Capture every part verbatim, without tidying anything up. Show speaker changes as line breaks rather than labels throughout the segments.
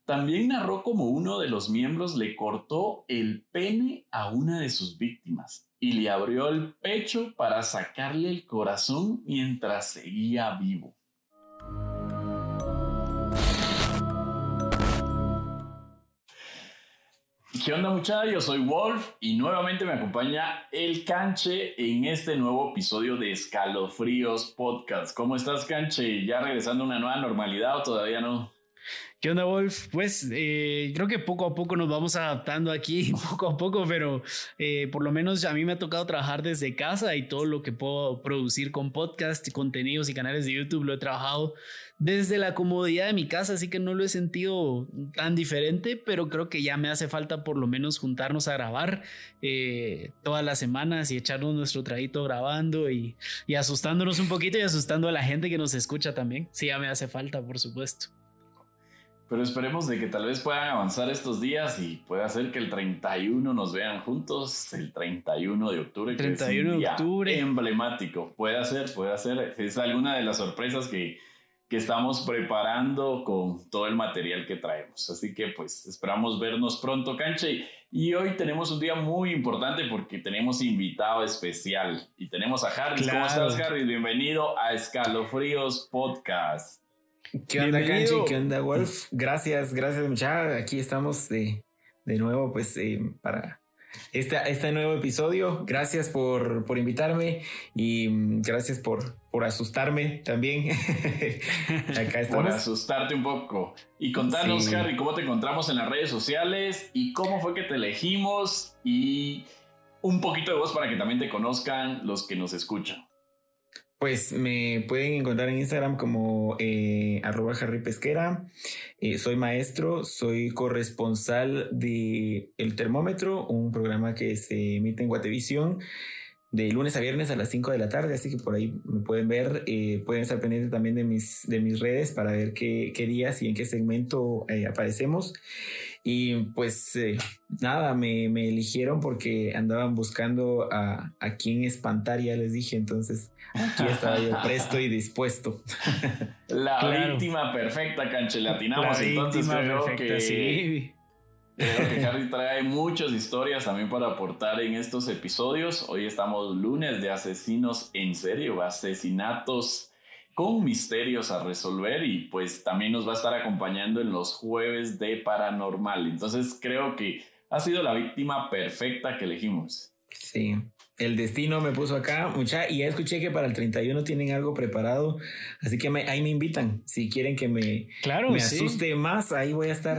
También narró como uno de los miembros le cortó el pene a una de sus víctimas y le abrió el pecho para sacarle el corazón mientras seguía vivo. ¿Qué onda, muchachos? Yo soy Wolf y nuevamente me acompaña el Canche en este nuevo episodio de Escalofríos Podcast. ¿Cómo estás, Canche? ¿Ya regresando a una nueva normalidad o todavía no?
¿Qué onda, Wolf? Pues eh, creo que poco a poco nos vamos adaptando aquí, poco a poco, pero eh, por lo menos a mí me ha tocado trabajar desde casa y todo lo que puedo producir con podcast, contenidos y canales de YouTube lo he trabajado desde la comodidad de mi casa, así que no lo he sentido tan diferente, pero creo que ya me hace falta por lo menos juntarnos a grabar eh, todas las semanas y echarnos nuestro traguito grabando y, y asustándonos un poquito y asustando a la gente que nos escucha también. Sí, ya me hace falta, por supuesto.
Pero esperemos de que tal vez puedan avanzar estos días y pueda ser que el treinta y uno nos vean juntos, el treinta y uno de octubre, que
treinta y uno
es un
de
día
octubre.
emblemático. Puede ser, puede ser. Es alguna de las sorpresas que, que estamos preparando con todo el material que traemos. Así que pues esperamos vernos pronto, Canche. Y hoy tenemos un día muy importante porque tenemos invitado especial. Y tenemos a Harris.
Claro.
¿Cómo estás, Harris? Bienvenido a Escalofríos Podcast.
¿Qué onda, Canchi? ¿Qué onda, Wolf? Gracias, gracias, muchachos. Aquí estamos de, de nuevo, pues, eh, para esta, este nuevo episodio. Gracias por, por invitarme y um, gracias por, por asustarme también. Acá estamos.
Por asustarte un poco. Y contanos, sí. Harry, cómo te encontramos en las redes sociales y cómo fue que te elegimos y un poquito de voz para que también te conozcan los que nos escuchan.
Pues me pueden encontrar en Instagram como eh, arroba Harry Pesquera. Eh, soy maestro, soy corresponsal de El Termómetro, un programa que se emite en Guatevisión de lunes a viernes a las cinco de la tarde, así que por ahí me pueden ver, eh, pueden estar pendientes también de mis, de mis redes para ver qué, qué días y en qué segmento eh, aparecemos. Y pues eh, nada, me, me eligieron porque andaban buscando a, a quién espantar, ya les dije, entonces aquí estaba yo presto y dispuesto.
La
Claro.
víctima perfecta, Canche, le atinamos.
La
Entonces
víctima
creo
perfecta,
que,
sí.
creo que Harry trae muchas historias también para aportar en estos episodios. Hoy estamos lunes de asesinos en serie o asesinatos con misterios a resolver y pues también nos va a estar acompañando en los jueves de paranormal. Entonces creo que ha sido la víctima perfecta que elegimos.
Sí, el destino me puso acá, mucha, y ya escuché que para el treinta y uno tienen algo preparado, así que me, ahí me invitan. Si quieren que me,
Claro,
me
sí.
asuste más, ahí voy a estar.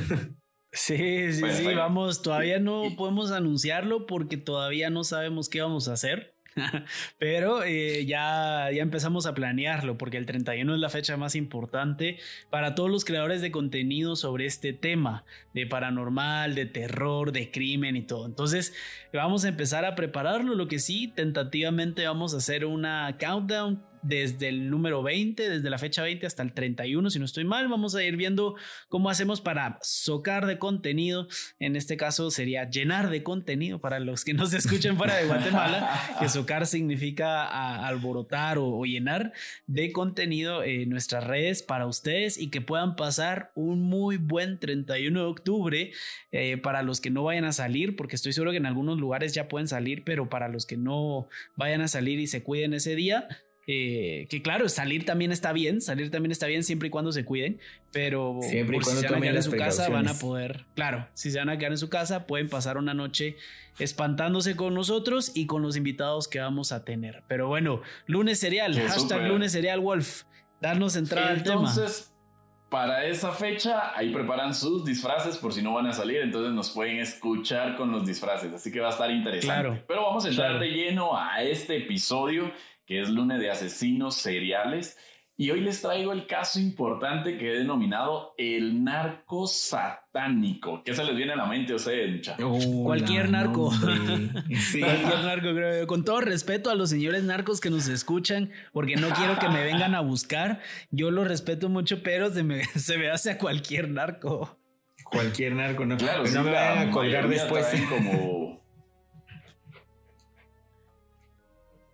Sí, sí,
Perfecto.
sí, vamos, todavía no podemos anunciarlo porque todavía no sabemos qué vamos a hacer. Pero eh, ya, ya empezamos a planearlo porque el treinta y uno es la fecha más importante para todos los creadores de contenido sobre este tema de paranormal, de terror, de crimen y todo. Entonces vamos a empezar a prepararlo. Lo que sí, tentativamente vamos a hacer una countdown desde el número veinte, desde la fecha veinte hasta el treinta y uno, si no estoy mal. Vamos a ir viendo cómo hacemos para socar de contenido. En este caso sería llenar de contenido para los que no se escuchen fuera de Guatemala, que socar significa a, alborotar o, o llenar de contenido en nuestras redes para ustedes y que puedan pasar un muy buen treinta y uno de octubre eh, para los que no vayan a salir, porque estoy seguro que en algunos lugares ya pueden salir, pero para los que no vayan a salir y se cuiden ese día, Eh, que claro, salir también está bien, salir también está bien siempre y cuando se cuiden, pero
siempre y
por
cuando
si se van a quedar en su casa van a
precauciones.
poder, claro, si se van a quedar en su casa pueden pasar una noche espantándose con nosotros y con los invitados que vamos a tener. Pero bueno, lunes serial,
Qué
hashtag
súper.
lunes serial Wolf, darnos entrada al tema.
Entonces, para esa fecha, ahí preparan sus disfraces por si no van a salir, entonces nos pueden escuchar con los disfraces, así que va a estar interesante.
Claro,
Pero vamos a entrar
claro.
de lleno a este episodio, que es lunes de asesinos seriales, y hoy les traigo el caso importante que he denominado el narco satánico. ¿Qué se les viene a la mente a ustedes, muchachos?
Oh,
Cualquier narco.
Sí.
Cualquier narco, creo yo. Con todo respeto a los señores narcos que nos escuchan, porque no quiero que me vengan a buscar. Yo los respeto mucho, pero se me, se me hace a cualquier narco.
Cualquier narco, no,
Claro,
no
sí,
me
la
vayan a colgar
mayoría
después.
traen como...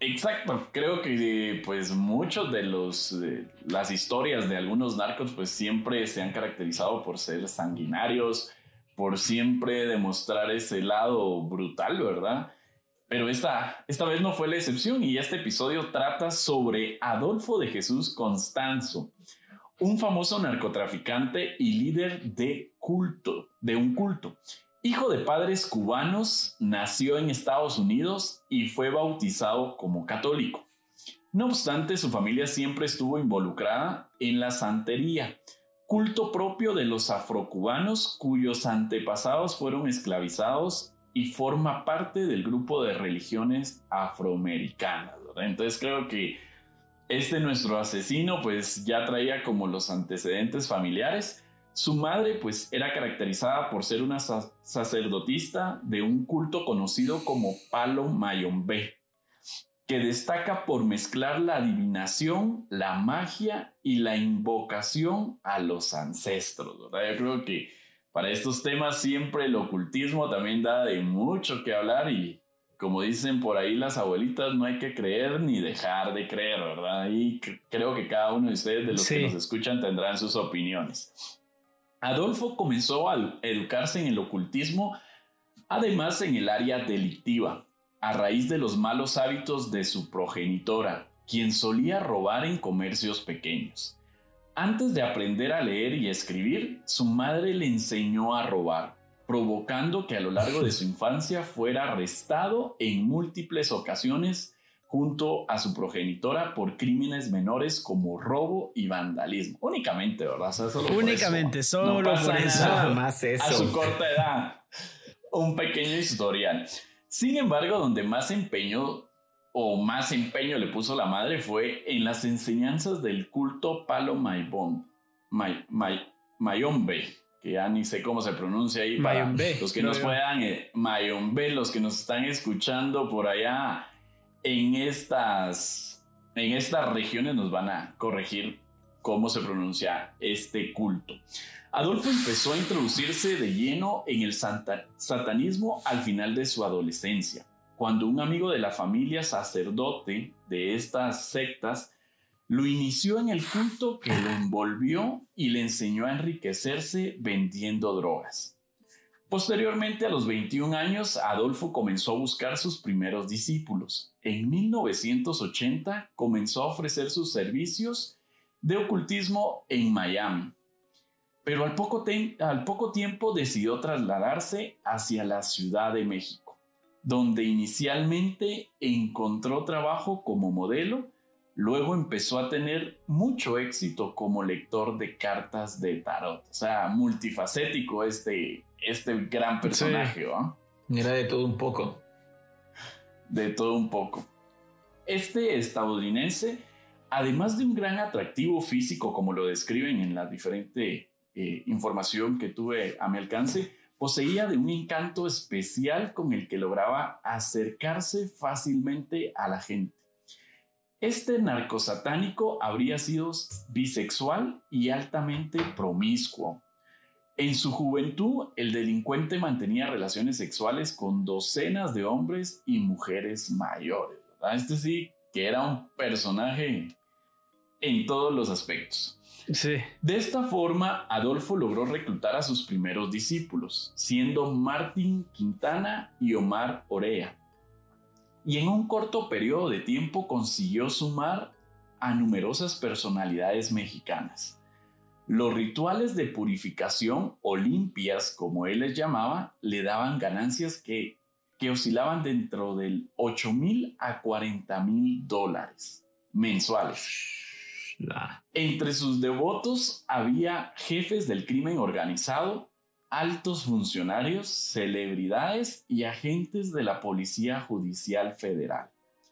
Exacto, creo que pues muchos de los eh, las historias de algunos narcos pues siempre se han caracterizado por ser sanguinarios, por siempre demostrar ese lado brutal, ¿verdad? Pero esta, esta vez no fue la excepción y este episodio trata sobre Adolfo de Jesús Constanzo, un famoso narcotraficante y líder de culto, de un culto. Hijo de padres cubanos, nació en Estados Unidos y fue bautizado como católico. No obstante, su familia siempre estuvo involucrada en la santería, culto propio de los afrocubanos cuyos antepasados fueron esclavizados y forma parte del grupo de religiones afroamericanas, ¿verdad? Entonces creo que este nuestro asesino pues ya traía como los antecedentes familiares. Su madre pues era caracterizada por ser una sa- sacerdotista de un culto conocido como Palo Mayombe, que destaca por mezclar la adivinación, la magia y la invocación a los ancestros, ¿verdad? Yo creo que para estos temas siempre el ocultismo también da de mucho que hablar y como dicen por ahí las abuelitas, no hay que creer ni dejar de creer, ¿verdad? Y c- creo que cada uno de ustedes, de los
Sí.
que nos escuchan, tendrán sus opiniones. Adolfo comenzó a educarse en el ocultismo, además en el área delictiva, a raíz de los malos hábitos de su progenitora, quien solía robar en comercios pequeños. Antes de aprender a leer y escribir, su madre le enseñó a robar, provocando que a lo largo de su infancia fuera arrestado en múltiples ocasiones junto a su progenitora por crímenes menores como robo y vandalismo. Únicamente, ¿verdad? O sea, solo por
Únicamente,
eso.
solo
No pasa
por eso.
nada.
Nada más eso.
A su corta edad. Un pequeño historial. Sin embargo, donde más empeño o más empeño le puso la madre fue en las enseñanzas del culto Palo Maibón, May, May, Mayombe, que ya ni sé cómo se pronuncia ahí para
Mayombe,
los que
creo
nos
yo.
puedan, eh, Mayombe, los que nos están escuchando por allá en estas, en estas regiones nos van a corregir cómo se pronuncia este culto. Adolfo empezó a introducirse de lleno en el santa- satanismo al final de su adolescencia, cuando un amigo de la familia sacerdote de estas sectas lo inició en el culto que lo envolvió y le enseñó a enriquecerse vendiendo drogas. Posteriormente, a los veintiún años, Adolfo comenzó a buscar sus primeros discípulos. En mil novecientos ochenta comenzó a ofrecer sus servicios de ocultismo en Miami, pero al poco, te- al poco tiempo decidió trasladarse hacia la Ciudad de México, donde inicialmente encontró trabajo como modelo, luego empezó a tener mucho éxito como lector de cartas de tarot. O sea, multifacético este, este gran personaje, ¿va?
Era de todo un poco.
De todo un poco. Este estadounidense, además de un gran atractivo físico, como lo describen en la diferente eh, información que tuve a mi alcance, poseía de un encanto especial con el que lograba acercarse fácilmente a la gente. Este narcosatánico habría sido bisexual y altamente promiscuo. En su juventud, el delincuente mantenía relaciones sexuales con docenas de hombres y mujeres mayores, ¿verdad? Este sí que era un personaje en todos los aspectos.
Sí.
De esta forma, Adolfo logró reclutar a sus primeros discípulos, siendo Martín Quintana y Omar Orea. Y en un corto periodo de tiempo consiguió sumar a numerosas personalidades mexicanas. Los rituales de purificación o limpias, como él les llamaba, le daban ganancias que, que oscilaban dentro del ocho mil a cuarenta mil dólares mensuales.
La-
Entre sus devotos había jefes del crimen organizado, altos funcionarios, celebridades y agentes de la Policía Judicial Federal.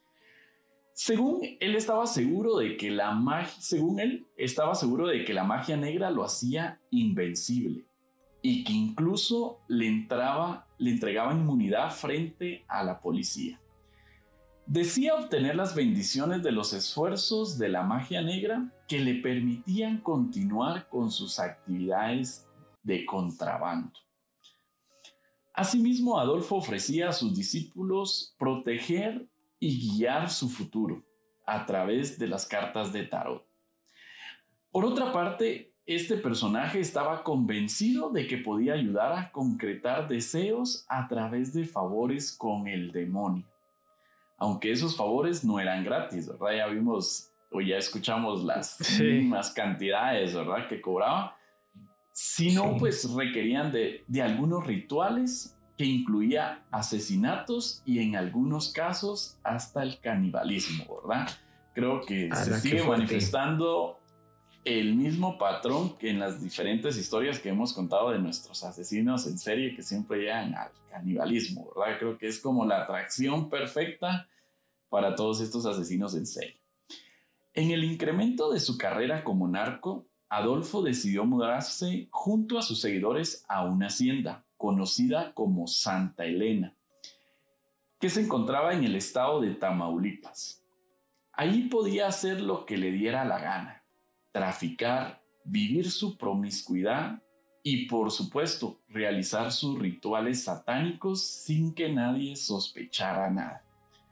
Según él estaba seguro de que la magia, según él estaba seguro de que la magia negra lo hacía invencible y que incluso le entraba, le entregaba inmunidad frente a la policía. Decía obtener las bendiciones de los esfuerzos de la magia negra que le permitían continuar con sus actividades de contrabando. Asimismo, Adolfo ofrecía a sus discípulos proteger y guiar su futuro a través de las cartas de tarot. Por otra parte, este personaje estaba convencido de que podía ayudar a concretar deseos a través de favores con el demonio. Aunque esos favores no eran gratis, ¿verdad? Ya vimos o ya escuchamos las sí. mismas cantidades, ¿verdad? Que cobraba, sino sí. pues requerían de, de algunos rituales que incluía asesinatos y en algunos casos hasta el canibalismo, ¿verdad? Creo que ah, se sigue manifestando el mismo patrón que en las diferentes historias que hemos contado de nuestros asesinos en serie que siempre llegan al canibalismo, ¿verdad? Creo que es como la atracción perfecta para todos estos asesinos en serie. En el incremento de su carrera como narco, Adolfo decidió mudarse junto a sus seguidores a una hacienda conocida como Santa Elena, que se encontraba en el estado de Tamaulipas. Ahí podía hacer lo que le diera la gana, traficar, vivir su promiscuidad y, por supuesto, realizar sus rituales satánicos sin que nadie sospechara nada.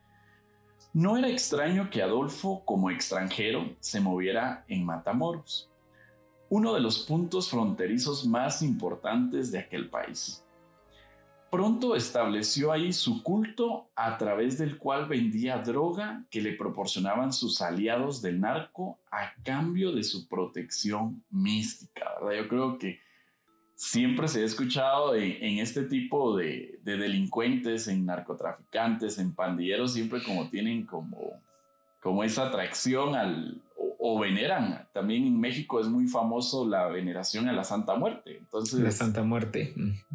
No era extraño que Adolfo, como extranjero, se moviera en Matamoros, uno de los puntos fronterizos más importantes de aquel país. Pronto estableció ahí su culto a través del cual vendía droga que le proporcionaban sus aliados del narco a cambio de su protección mística, ¿verdad? Yo creo que siempre se ha escuchado en, en este tipo de, de delincuentes, en narcotraficantes, en pandilleros, siempre como tienen como, como esa atracción al... o veneran. También en México es muy famoso la veneración a la Santa Muerte. Entonces,
la Santa Muerte.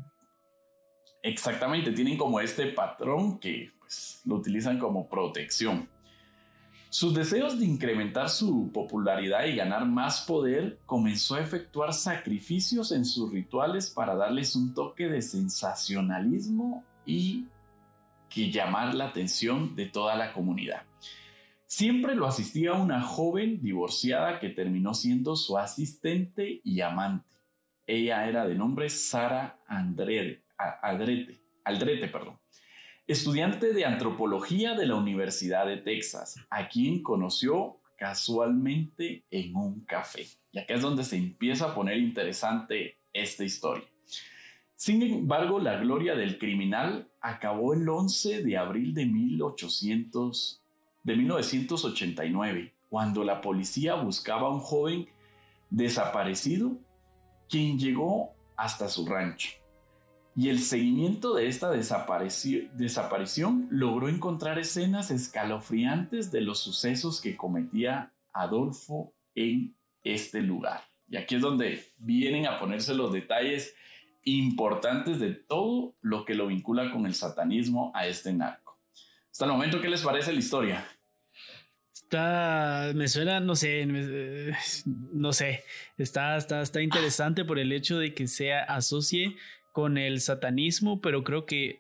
Exactamente, tienen como este patrón que pues, lo utilizan como protección. Sus deseos de incrementar su popularidad y ganar más poder comenzó a efectuar sacrificios en sus rituales para darles un toque de sensacionalismo y que llamar la atención de toda la comunidad. Siempre lo asistía una joven divorciada que terminó siendo su asistente y amante. Ella era de nombre Sara Andrede, Aldrete, Aldrete, perdón, estudiante de antropología de la Universidad de Texas, a quien conoció casualmente en un café. Y acá es donde se empieza a poner interesante esta historia. Sin embargo, la gloria del criminal acabó el once de abril de mil ochocientos de mil novecientos ochenta y nueve, cuando la policía buscaba a un joven desaparecido, quien llegó hasta su rancho. Y el seguimiento de esta desaparici- desaparición logró encontrar escenas escalofriantes de los sucesos que cometía Adolfo en este lugar. Y aquí es donde vienen a ponerse los detalles importantes de todo lo que lo vincula con el satanismo a este narco. Hasta el momento, ¿qué les parece la historia?
Está, me suena, no sé, me, no sé, está, está, está interesante por el hecho de que se asocie con el satanismo, pero creo que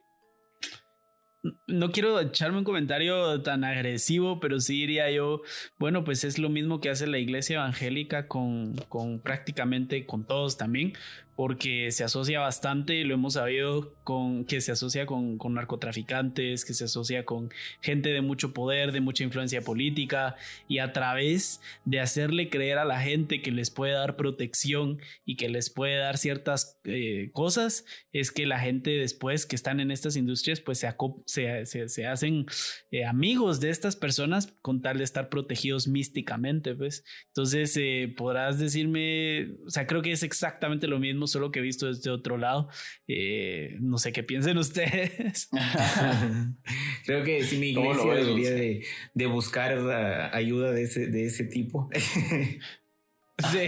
no quiero echarme un comentario tan agresivo, pero sí diría yo, bueno, pues es lo mismo que hace la iglesia evangélica con, con prácticamente con todos también, porque se asocia bastante, lo hemos sabido, con, que se asocia con, con narcotraficantes, que se asocia con gente de mucho poder, de mucha influencia política, y a través de hacerle creer a la gente que les puede dar protección y que les puede dar ciertas eh, cosas, es que la gente después que están en estas industrias pues se, se, se, se hacen eh, amigos de estas personas con tal de estar protegidos místicamente, pues. Entonces eh, podrás decirme, o sea, creo que es exactamente lo mismo, solo que he visto desde otro lado. Eh, no sé qué piensen ustedes.
Creo que sí, mi iglesia debería de, de buscar uh, ayuda de ese, de ese tipo.
Sí.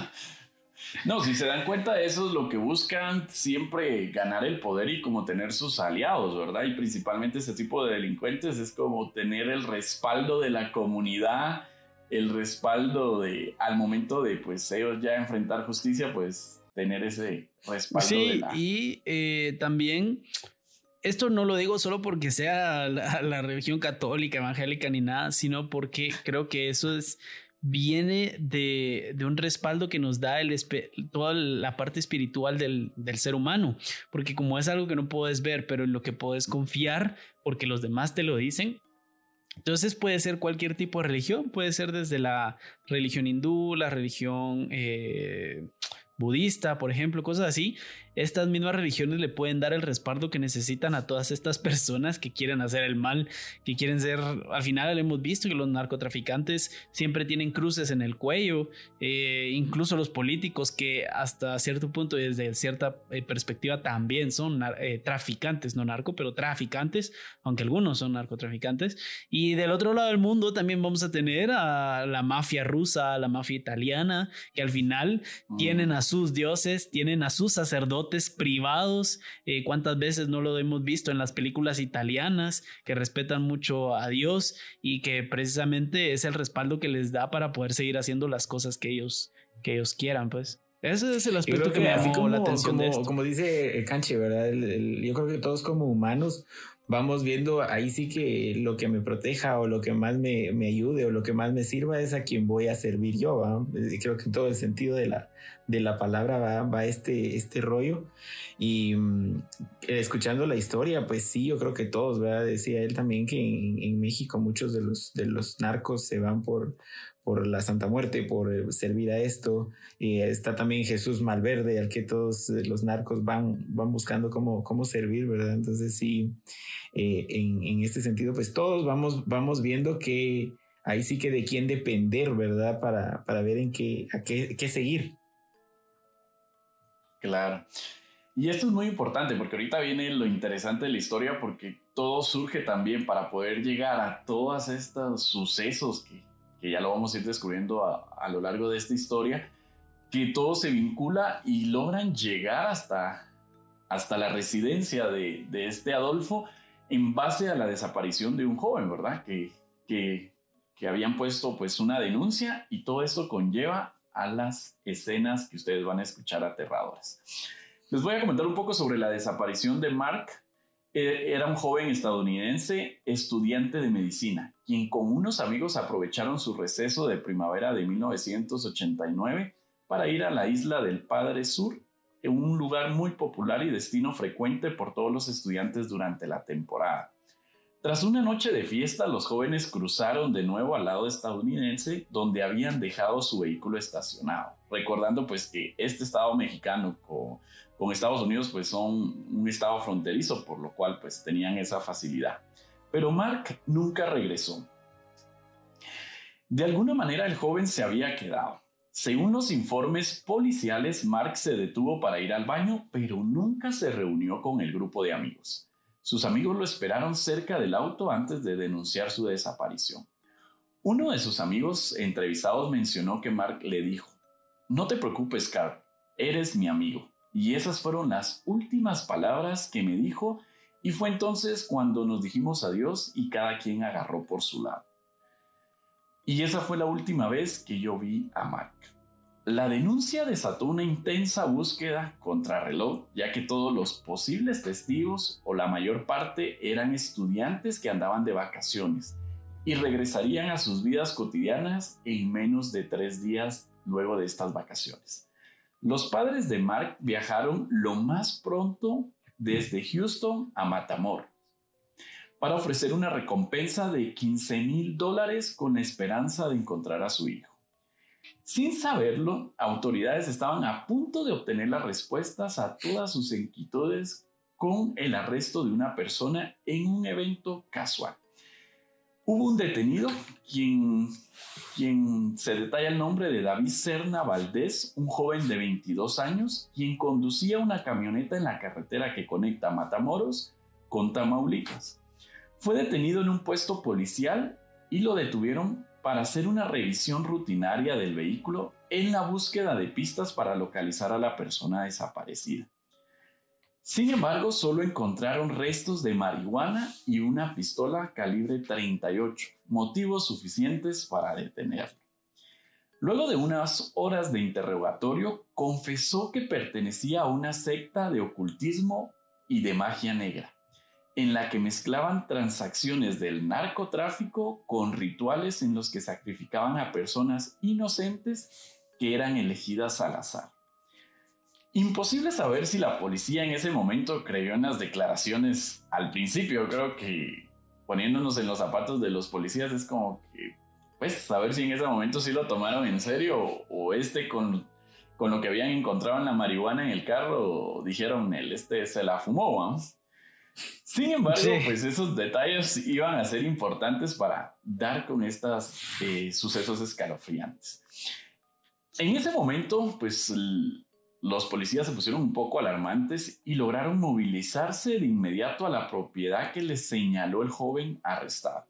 No, si se dan cuenta, eso es lo que buscan, siempre ganar el poder y como tener sus aliados, ¿verdad? Y principalmente este tipo de delincuentes es como tener el respaldo de la comunidad, el respaldo de, al momento de pues ellos ya enfrentar justicia, pues tener ese respaldo.
Sí,
de la...
y eh, también, esto no lo digo solo porque sea la, la religión católica, evangélica ni nada, sino porque creo que eso es, viene de, de un respaldo que nos da el, toda la parte espiritual del, del ser humano, porque como es algo que no puedes ver, pero en lo que puedes confiar, porque los demás te lo dicen, Entonces puede ser cualquier tipo de religión, puede ser desde la religión hindú, la religión eh, budista, por ejemplo, cosas así. Estas mismas religiones le pueden dar el respaldo que necesitan a todas estas personas que quieren hacer el mal, que quieren ser, al final hemos visto que los narcotraficantes siempre tienen cruces en el cuello, eh, incluso los políticos que hasta cierto punto, desde cierta eh, perspectiva también son eh, traficantes, no narco, pero traficantes, aunque algunos son narcotraficantes. Y del otro lado del mundo también vamos a tener a la mafia rusa, a la mafia italiana, que al final mm. tienen a sus dioses, tienen a sus sacerdotes privados. Eh, cuántas veces no lo hemos visto en las películas italianas, que respetan mucho a Dios y que precisamente es el respaldo que les da para poder seguir haciendo las cosas que ellos, que ellos quieran, pues. Ese es el aspecto que, que me llamó como, la atención
como,
de esto.
Como dice el Canche, ¿verdad? El, el, yo creo que todos como humanos vamos viendo ahí sí que lo que me proteja o lo que más me, me ayude o lo que más me sirva es a quien voy a servir yo, ¿va? Creo que en todo el sentido de la, de la palabra va, va este, este rollo. Y um, escuchando la historia, pues sí, yo creo que todos, ¿verdad? Decía él también que en, en México muchos de los, de los narcos se van por... por la Santa Muerte, por servir a esto. Y está también Jesús Malverde, al que todos los narcos van, van buscando cómo, cómo servir, ¿verdad? Entonces sí, eh, en, en este sentido, pues todos vamos, vamos viendo que ahí sí que de quién depender, ¿verdad? Para, para ver en qué, a qué, qué seguir.
Claro. Y esto es muy importante porque ahorita viene lo interesante de la historia, porque todo surge también para poder llegar a todos estos sucesos que que ya lo vamos a ir descubriendo a, a lo largo de esta historia, que todo se vincula y logran llegar hasta, hasta la residencia de, de este Adolfo en base a la desaparición de un joven, ¿verdad? Que, que, que habían puesto pues una denuncia, y todo esto conlleva a las escenas que ustedes van a escuchar aterradoras. Les voy a comentar un poco sobre la desaparición de Mark. Era un joven estadounidense, estudiante de medicina, quien con unos amigos aprovecharon su receso de primavera de mil novecientos ochenta y nueve para ir a la isla del Padre Sur, en un lugar muy popular y destino frecuente por todos los estudiantes durante la temporada. Tras una noche de fiesta, los jóvenes cruzaron de nuevo al lado estadounidense, donde habían dejado su vehículo estacionado, recordando pues que este estado mexicano con, con Estados Unidos pues son un estado fronterizo, por lo cual pues tenían esa facilidad. Pero Mark nunca regresó. De alguna manera el joven se había quedado. Según los informes policiales, Mark se detuvo para ir al baño, pero nunca se reunió con el grupo de amigos. Sus amigos lo esperaron cerca del auto antes de denunciar su desaparición. Uno de sus amigos entrevistados mencionó que Mark le dijo: "No te preocupes, Carl, eres mi amigo". Y esas fueron las últimas palabras que me dijo, y fue entonces cuando nos dijimos adiós y cada quien agarró por su lado. Y esa fue la última vez que yo vi a Mark. La denuncia desató una intensa búsqueda contrarreloj, ya que todos los posibles testigos, o la mayor parte, eran estudiantes que andaban de vacaciones y regresarían a sus vidas cotidianas en menos de tres días luego de estas vacaciones. Los padres de Mark viajaron lo más pronto desde Houston a Matamoros para ofrecer una recompensa de quince mil dólares con la esperanza de encontrar a su hijo. Sin saberlo, autoridades estaban a punto de obtener las respuestas a todas sus inquietudes con el arresto de una persona en un evento casual. Hubo un detenido, quien, quien se detalla el nombre de David Serna Valdés, un joven de veintidós años, quien conducía una camioneta en la carretera que conecta Matamoros con Tamaulipas. Fue detenido en un puesto policial y lo detuvieron para hacer una revisión rutinaria del vehículo en la búsqueda de pistas para localizar a la persona desaparecida. Sin embargo, solo encontraron restos de marihuana y una pistola calibre treinta y ocho, motivos suficientes para detenerlo. Luego de unas horas de interrogatorio, confesó que pertenecía a una secta de ocultismo y de magia negra, en la que mezclaban transacciones del narcotráfico con rituales en los que sacrificaban a personas inocentes que eran elegidas al azar. Imposible saber si la policía en ese momento creyó en las declaraciones al principio. Creo que poniéndonos en los zapatos de los policías, es como que, pues, saber si en ese momento sí lo tomaron en serio o, o este con, con lo que habían encontrado en la marihuana en el carro, dijeron, el este se la fumó, vamos. Sin embargo, sí. pues esos detalles iban a ser importantes para dar con estos eh, sucesos escalofriantes. En ese momento, pues los policías se pusieron un poco alarmantes y lograron movilizarse de inmediato a la propiedad que les señaló el joven arrestado.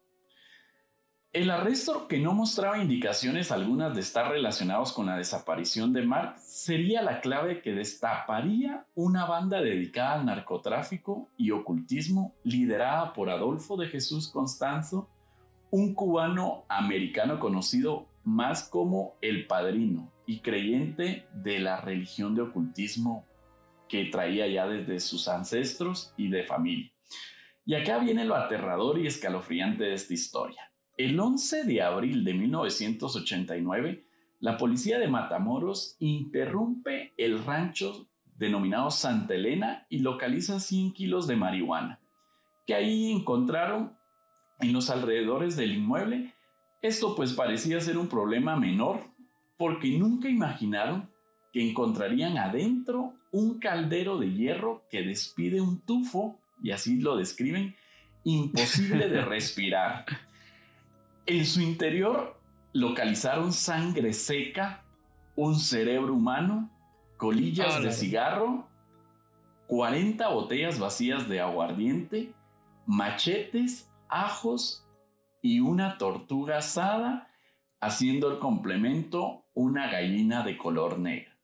El arresto, que no mostraba indicaciones algunas de estar relacionados con la desaparición de Mark, sería la clave que destaparía una banda dedicada al narcotráfico y ocultismo liderada por Adolfo de Jesús Constanzo, un cubano americano conocido más como El Padrino y creyente de la religión de ocultismo que traía ya desde sus ancestros y de familia. Y acá viene lo aterrador y escalofriante de esta historia. El once de abril de mil novecientos ochenta y nueve, la policía de Matamoros interrumpe el rancho denominado Santa Elena y localiza cien kilos de marihuana, que ahí encontraron en los alrededores del inmueble. Esto pues parecía ser un problema menor, porque nunca imaginaron que encontrarían adentro un caldero de hierro que despide un tufo, y así lo describen, imposible de respirar. En su interior localizaron sangre seca, un cerebro humano, colillas oh, de cigarro, cuarenta botellas vacías de aguardiente, machetes, ajos y una tortuga asada, haciendo el complemento una gallina de color negra.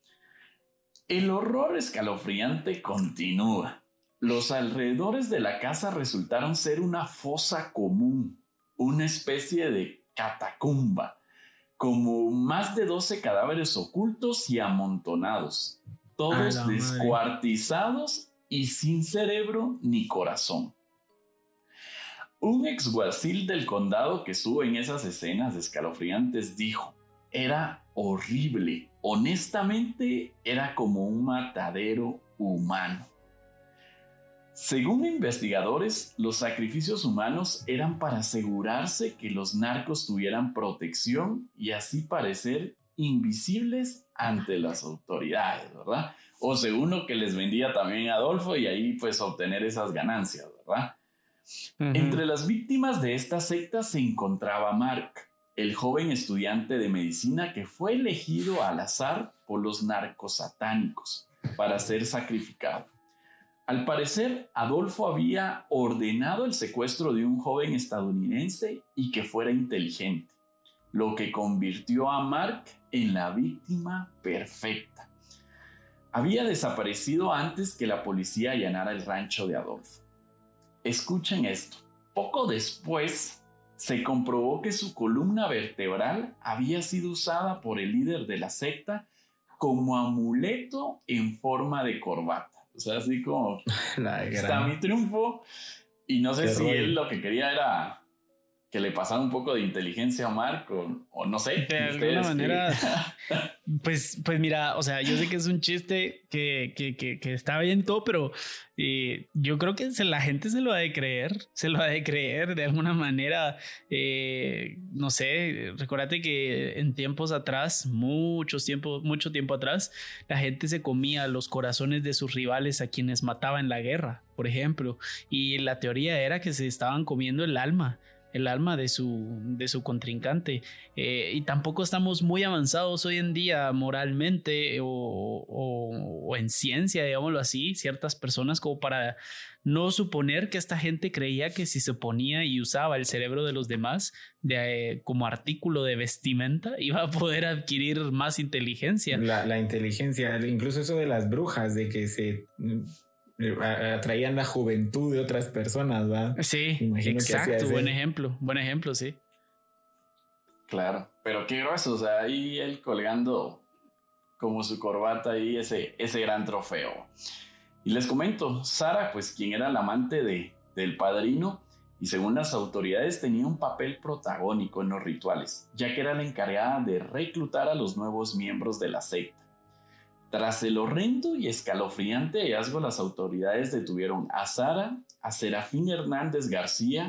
El horror escalofriante continúa. Los alrededores de la casa resultaron ser una fosa común, una especie de catacumba, como más de doce cadáveres ocultos y amontonados, todos descuartizados y sin cerebro ni corazón. Un exguacil del condado que estuvo en esas escenas escalofriantes dijo: era horrible, honestamente era como un matadero humano. Según investigadores, los sacrificios humanos eran para asegurarse que los narcos tuvieran protección y así parecer invisibles ante las autoridades, ¿verdad? O según lo que les vendía también Adolfo, y ahí pues obtener esas ganancias, ¿verdad? Uh-huh. Entre las víctimas de esta secta se encontraba Mark, el joven estudiante de medicina que fue elegido al azar por los narcosatánicos para ser sacrificado. Al parecer, Adolfo había ordenado el secuestro de un joven estadounidense y que fuera inteligente, lo que convirtió a Mark en la víctima perfecta. Había desaparecido antes que la policía allanara el rancho de Adolfo. Escuchen esto. Poco después, se comprobó que su columna vertebral había sido usada por el líder de la secta como amuleto en forma de corbata. O sea, así como, está mi triunfo. Y no sé si él lo que quería era que le pasara un poco de inteligencia a Mark o, o no sé.
De alguna manera, que... pues, pues mira, o sea, yo sé que es un chiste que, que, que, que está bien todo, pero eh, yo creo que se, la gente se lo ha de creer, se lo ha de creer de alguna manera. Eh, no sé, recuérdate que en tiempos atrás, muchos tiempos, mucho tiempo atrás, la gente se comía los corazones de sus rivales a quienes mataba en la guerra, por ejemplo, y la teoría era que se estaban comiendo el alma. el alma de su, de su contrincante. Eh, y tampoco estamos muy avanzados hoy en día moralmente o, o, o en ciencia, digámoslo así, ciertas personas, como para no suponer que esta gente creía que si se ponía y usaba el cerebro de los demás de, eh, como artículo de vestimenta, iba a poder adquirir más inteligencia.
La, la inteligencia, incluso eso de las brujas, de que se... atraían la juventud de otras personas, ¿verdad?
Sí, imagino exacto, buen ejemplo, buen ejemplo, sí.
Claro, pero qué grueso, o sea, ahí él colgando como su corbata ahí ese, ese gran trofeo. Y les comento, Sara, pues quien era la amante de, del padrino, y según las autoridades tenía un papel protagónico en los rituales, ya que era la encargada de reclutar a los nuevos miembros de la secta. Tras el horrendo y escalofriante hallazgo, las autoridades detuvieron a Sara, a Serafín Hernández García,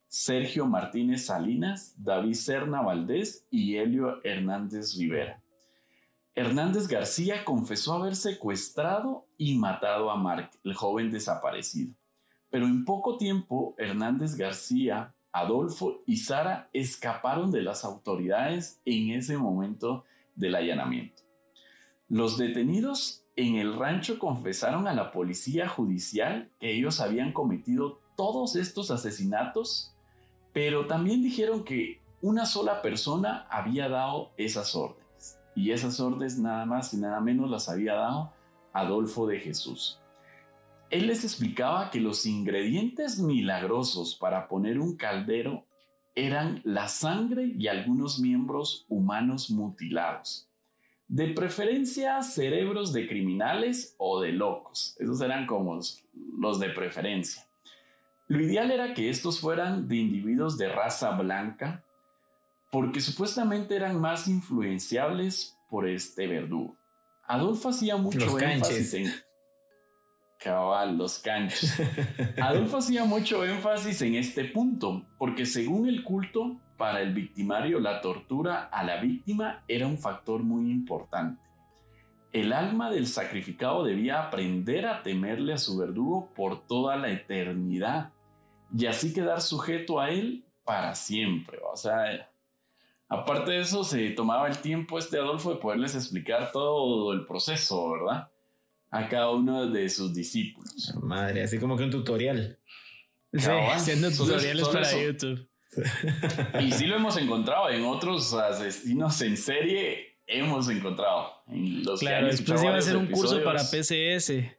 Sergio Martínez Salinas, David Serna Valdés y Helio Hernández Rivera. Hernández García confesó haber secuestrado y matado a Mark, el joven desaparecido. Pero en poco tiempo, Hernández García, Adolfo y Sara escaparon de las autoridades en ese momento del allanamiento. Los detenidos en el rancho confesaron a la policía judicial que ellos habían cometido todos estos asesinatos, pero también dijeron que una sola persona había dado esas órdenes, y esas órdenes nada más y nada menos las había dado Adolfo de Jesús. Él les explicaba que los ingredientes milagrosos para poner un caldero eran la sangre y algunos miembros humanos mutilados. De preferencia cerebros de criminales o de locos. Esos eran como los de preferencia. Lo ideal era que estos fueran de individuos de raza blanca, porque supuestamente eran más influenciables por este verdugo. Adolfo hacía mucho
los
énfasis
canches.
en... Cabal, los canchos. Adolfo hacía mucho énfasis en este punto, porque según el culto, para el victimario la tortura a la víctima era un factor muy importante. El alma del sacrificado debía aprender a temerle a su verdugo por toda la eternidad y así quedar sujeto a él para siempre. O sea, aparte de eso, se tomaba el tiempo este Adolfo de poderles explicar todo el proceso, ¿verdad?, a cada uno de sus discípulos.
Madre, así como que un tutorial.
Sí, haciendo tutoriales
Solo
para
eso.
YouTube.
Y sí lo hemos encontrado en otros asesinos en serie. Hemos encontrado en los que
Claro,
han
después
escuchado
iba a hacer un
varios
curso para
episodios.
P C S.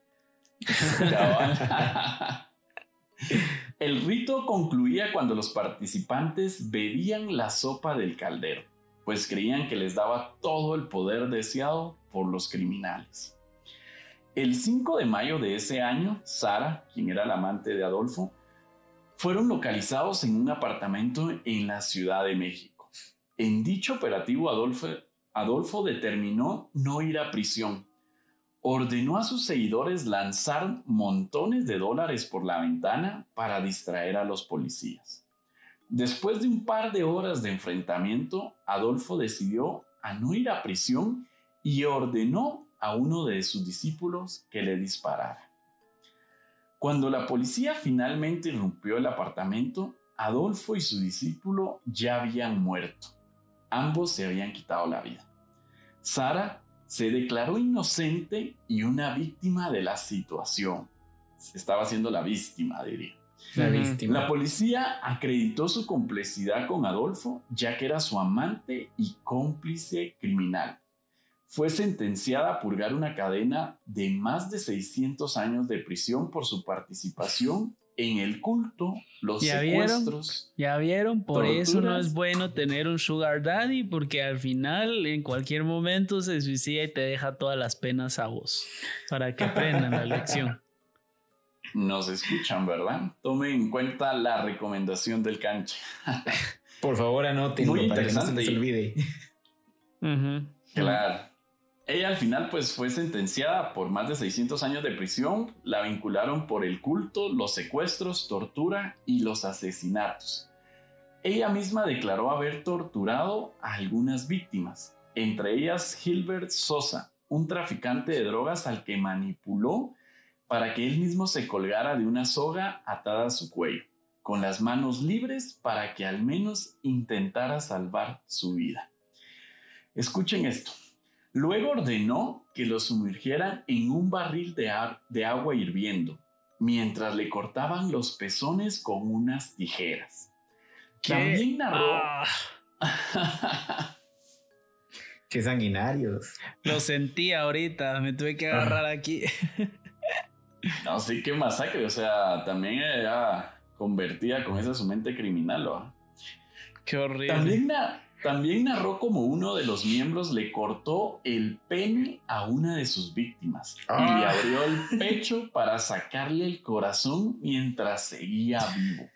Cabal. El rito concluía cuando los participantes bebían la sopa del caldero, pues creían que les daba todo el poder deseado por los criminales. El cinco de mayo de ese año, Sara, quien era la amante de Adolfo, fueron localizados en un apartamento en la Ciudad de México. En dicho operativo, Adolfo, Adolfo determinó no ir a prisión. Ordenó a sus seguidores lanzar montones de dólares por la ventana para distraer a los policías. Después de un par de horas de enfrentamiento, Adolfo decidió a no ir a prisión y ordenó a uno de sus discípulos que le disparara. Cuando la policía finalmente irrumpió el apartamento, Adolfo y su discípulo ya habían muerto. Ambos se habían quitado la vida. Sara se declaró inocente y una víctima de la situación. Se estaba haciendo la víctima, diría.
La víctima.
La policía acreditó su complicidad con Adolfo, ya que era su amante y cómplice criminal. Fue sentenciada a purgar una cadena de más de seiscientos años de prisión por su participación en el culto, los
¿Ya
secuestros.
vieron? Ya vieron, por
torturas.
eso no es bueno tener un sugar daddy, porque al final en cualquier momento se suicida y te deja todas las penas a vos, para que aprendan la lección.
Nos escuchan, ¿verdad? Tomen en cuenta la recomendación del canche.
Por favor, anótenlo
Muy
para que no se
interesante.
les olvide.
Uh-huh.
Claro. Ella al final pues fue sentenciada por más de seiscientos años de prisión. La vincularon por el culto, los secuestros, tortura y los asesinatos. Ella misma declaró haber torturado a algunas víctimas, entre ellas Gilbert Sosa, un traficante de drogas al que manipuló para que él mismo se colgara de una soga atada a su cuello, con las manos libres para que al menos intentara salvar su vida. Escuchen esto. Luego ordenó que lo sumergieran en un barril de, a- de agua hirviendo, mientras le cortaban los pezones con unas tijeras.
¿Qué?
También narró...
Ah,
Qué sanguinarios.
lo sentí ahorita, me tuve que agarrar aquí.
No sé qué masacre, o sea, también era convertida con esa su mente criminal, ¿no?
Qué horrible.
También, na- también narró como uno de los miembros le cortó el pene a una de sus víctimas y
Ah.
le abrió el pecho para sacarle el corazón mientras seguía vivo.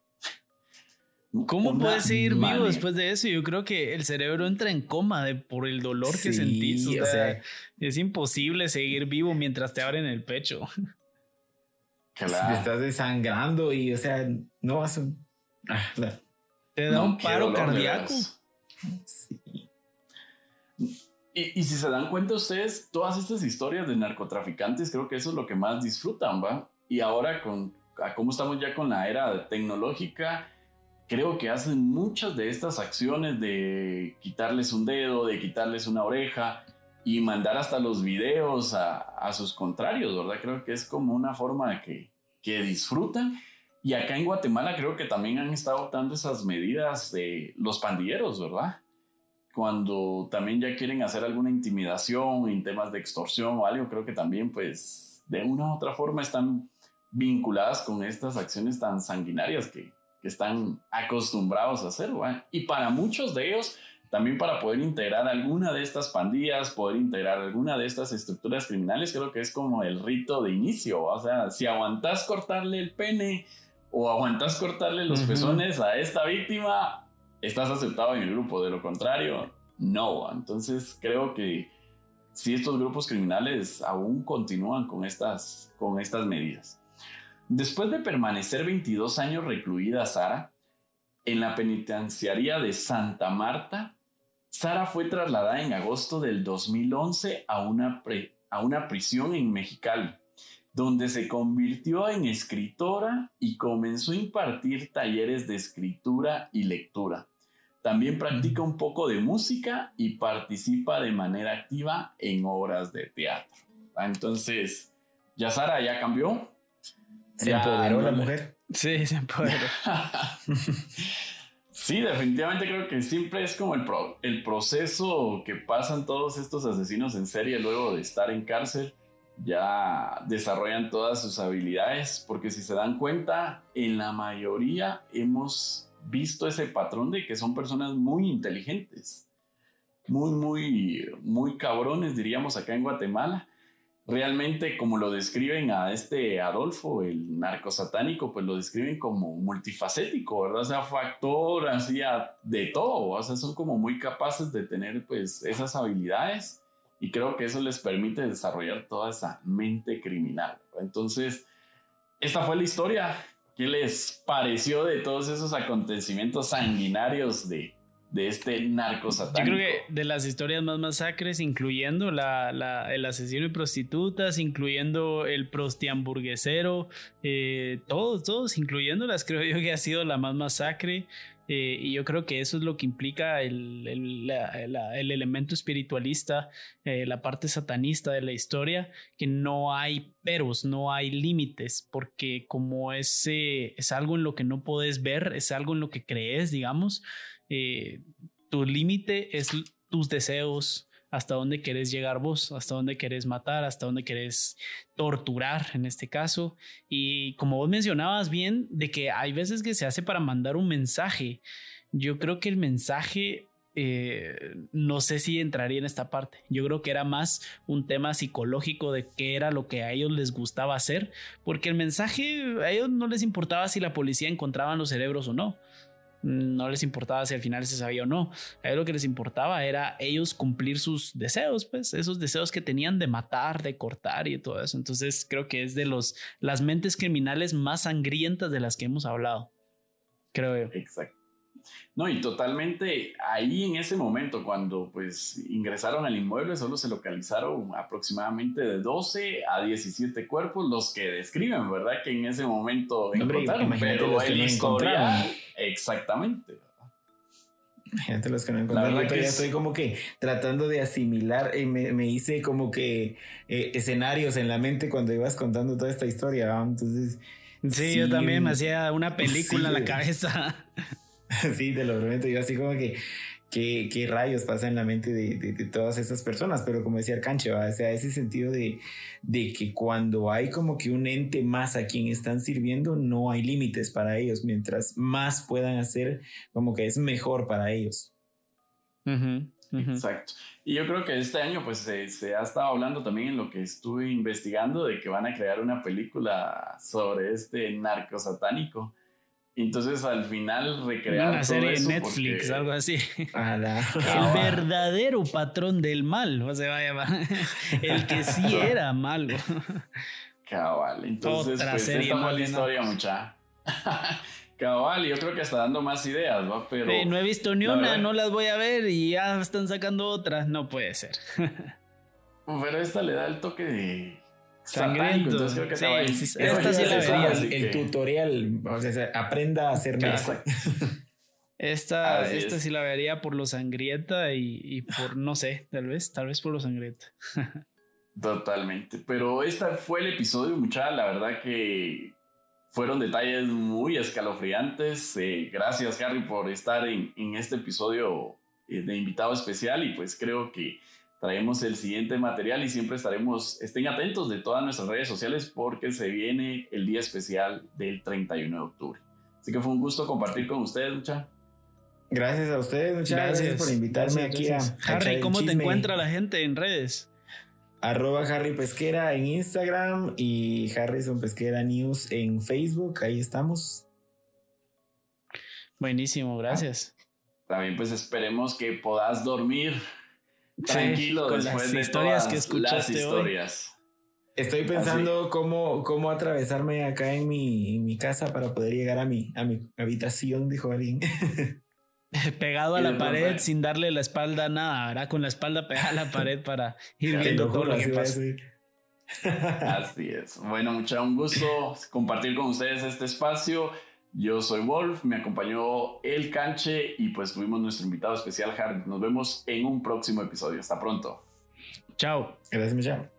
¿Cómo
Una
puedes seguir vivo
manera.
después de eso? Yo creo que el cerebro entra en coma de, por el dolor que
Sí,
sentís. O sea,
o sea,
es imposible seguir vivo mientras te abren el pecho.
te
Claro.
estás desangrando y, o sea, no vas a... Ah, claro.
Te da
No,
un
qué
paro
dolor, de
cardíaco.
veras.
Sí.
Y, y si se dan cuenta ustedes, todas estas historias de narcotraficantes, creo que eso es lo que más disfrutan, ¿va? Y ahora, con a cómo estamos ya con la era tecnológica, creo que hacen muchas de estas acciones de quitarles un dedo, de quitarles una oreja y mandar hasta los videos a, a sus contrarios, ¿verdad? Creo que es como una forma que, que disfrutan. Y acá en Guatemala creo que también han estado dando esas medidas de los pandilleros, ¿verdad? Cuando también ya quieren hacer alguna intimidación en temas de extorsión o algo, creo que también pues de una u otra forma están vinculadas con estas acciones tan sanguinarias que, que están acostumbrados a hacer, ¿verdad? Y para muchos de ellos, también para poder integrar alguna de estas pandillas, poder integrar alguna de estas estructuras criminales, creo que es como el rito de inicio, ¿va? O sea, si aguantas cortarle el pene o aguantas cortarle los uh-huh. pezones a esta víctima, estás aceptado en el grupo. De lo contrario, no. Entonces creo que sí, estos grupos criminales aún continúan con estas, con estas medidas. Después de permanecer veintidós años recluida Sara en la penitenciaría de Santa Marta, Sara fue trasladada en agosto del dos mil once a una, pre, a una prisión en Mexicali, donde se convirtió en escritora y comenzó a impartir talleres de escritura y lectura. También practica un poco de música y participa de manera activa en obras de teatro. Entonces, ya Sara ya cambió.
Se ya empoderó no la mujer.
Sí, se empoderó.
Sí, definitivamente creo que siempre es como el, pro, el proceso que pasan todos estos asesinos en serie luego de estar en cárcel. Ya desarrollan todas sus habilidades, porque si se dan cuenta, en la mayoría hemos visto ese patrón de que son personas muy inteligentes, muy, muy, muy cabrones, diríamos acá en Guatemala. Realmente, como lo describen a este Adolfo, el narcosatánico, pues lo describen como multifacético, ¿verdad? O sea, fue actor, hacía de todo, o sea, son como muy capaces de tener pues esas habilidades. Y creo que eso les permite desarrollar toda esa mente criminal. Entonces, esta fue la historia. ¿Qué les pareció de todos esos acontecimientos sanguinarios de, de este narcosatánico?
Yo creo que de las historias más masacres, incluyendo la, la, el asesino de prostitutas, incluyendo el prostihamburguesero, eh, todos, todos, incluyéndolas, creo yo que ha sido la más masacre. Eh, y yo creo que eso es lo que implica el, el, la, la, el elemento espiritualista, eh, la parte satanista de la historia, que no hay peros, no hay límites, porque como es, eh, es algo en lo que no puedes ver, es algo en lo que crees, digamos, eh, tu límite es tus deseos, hasta dónde querés llegar vos, hasta dónde querés matar, hasta dónde querés torturar en este caso. Y como vos mencionabas bien, de que hay veces que se hace para mandar un mensaje. Yo creo que el mensaje, eh, no sé si entraría en esta parte. Yo creo que era más un tema psicológico de qué era lo que a ellos les gustaba hacer, porque el mensaje a ellos no les importaba si la policía encontraba los cerebros o no. No les importaba si al final se sabía o no. A ellos lo que les importaba era ellos cumplir sus deseos, pues esos deseos que tenían de matar, de cortar y todo eso. Entonces creo que es de los, las mentes criminales más sangrientas de las que hemos hablado, creo yo.
Exacto. No, y totalmente ahí en ese momento cuando pues ingresaron al inmueble solo se localizaron aproximadamente de doce a diecisiete cuerpos, los que describen, ¿verdad? Que en ese momento
Hombre,
encontraron, pero
los que
el
no
historial, exactamente, ¿verdad?
Imagínate los que no encontraron. Yo todavía estoy como que tratando de asimilar y me, me hice como que eh, escenarios en la mente cuando ibas contando toda esta historia, ¿no? Entonces
sí, sí, yo también me hacía una película sí, en la cabeza.
Sí, te lo prometo. Yo así como que qué, qué rayos pasa en la mente de, de, de todas esas personas, pero como decía Arcanche, ¿va? O sea, ese sentido de, de que cuando hay como que un ente más a quien están sirviendo, no hay límites para ellos. Mientras más puedan hacer, como que es mejor para ellos.
Uh-huh, uh-huh.
Exacto. Y yo creo que este año pues se, se ha estado hablando también en lo que estuve investigando de que van a crear una película sobre este narco satánico. Entonces al final recrear
una serie de
eso
Netflix,
porque...
algo así.
La...
El verdadero patrón del mal, o se va a llamar. El que sí era malo.
Cabal. Entonces, otra pues esta fue la historia, mucha. Cabal, yo creo que está dando más ideas, ¿va? Pero
eh, no he visto ni una,
verdad,
no las voy a ver y ya están sacando otras. No puede ser.
Pero esta le da el toque de
sangriento.
Entonces creo que
sí,
va a
sí, esta sí la vería.
El, el tutorial, o sea, aprenda a hacer nada.
Esta, esta sí la vería por lo sangrienta y, y por, no sé, tal vez, tal vez por lo sangrienta.
Totalmente. Pero este fue el episodio, muchacha. La verdad que fueron detalles muy escalofriantes. Eh, gracias, Harry, por estar en, en este episodio eh, de invitado especial. Y pues creo que traemos el siguiente material y siempre estaremos, estén atentos de todas nuestras redes sociales porque se viene el día especial del treinta y uno de octubre. Así que fue un gusto compartir con ustedes, mucha.
Gracias a ustedes, muchas gracias, gracias por invitarme gracias, aquí gracias.
a, a Harry, ¿cómo te encuentra la gente en redes?
Arroba Harry Pesquera en Instagram y Harrison Pesquera News en Facebook, ahí estamos.
Buenísimo, gracias.
También pues esperemos que puedas dormir tranquilo sí, después de
historias
todas
que escuchaste
las historias.
Hoy. Estoy pensando cómo, cómo atravesarme acá en mi, en mi casa para poder llegar a mi, a mi habitación, dijo alguien.
Pegado a la pared fue? Sin darle la espalda a nada, ¿verdad? Con la espalda pegada a la pared para ir viendo todo lo que pasa.
Así es. Bueno, mucha un gusto compartir con ustedes este espacio. Yo soy Wolf, me acompañó El Canche y pues tuvimos nuestro invitado especial, Harry. Nos vemos en un próximo episodio. Hasta pronto.
Chao.
Gracias, Michelle.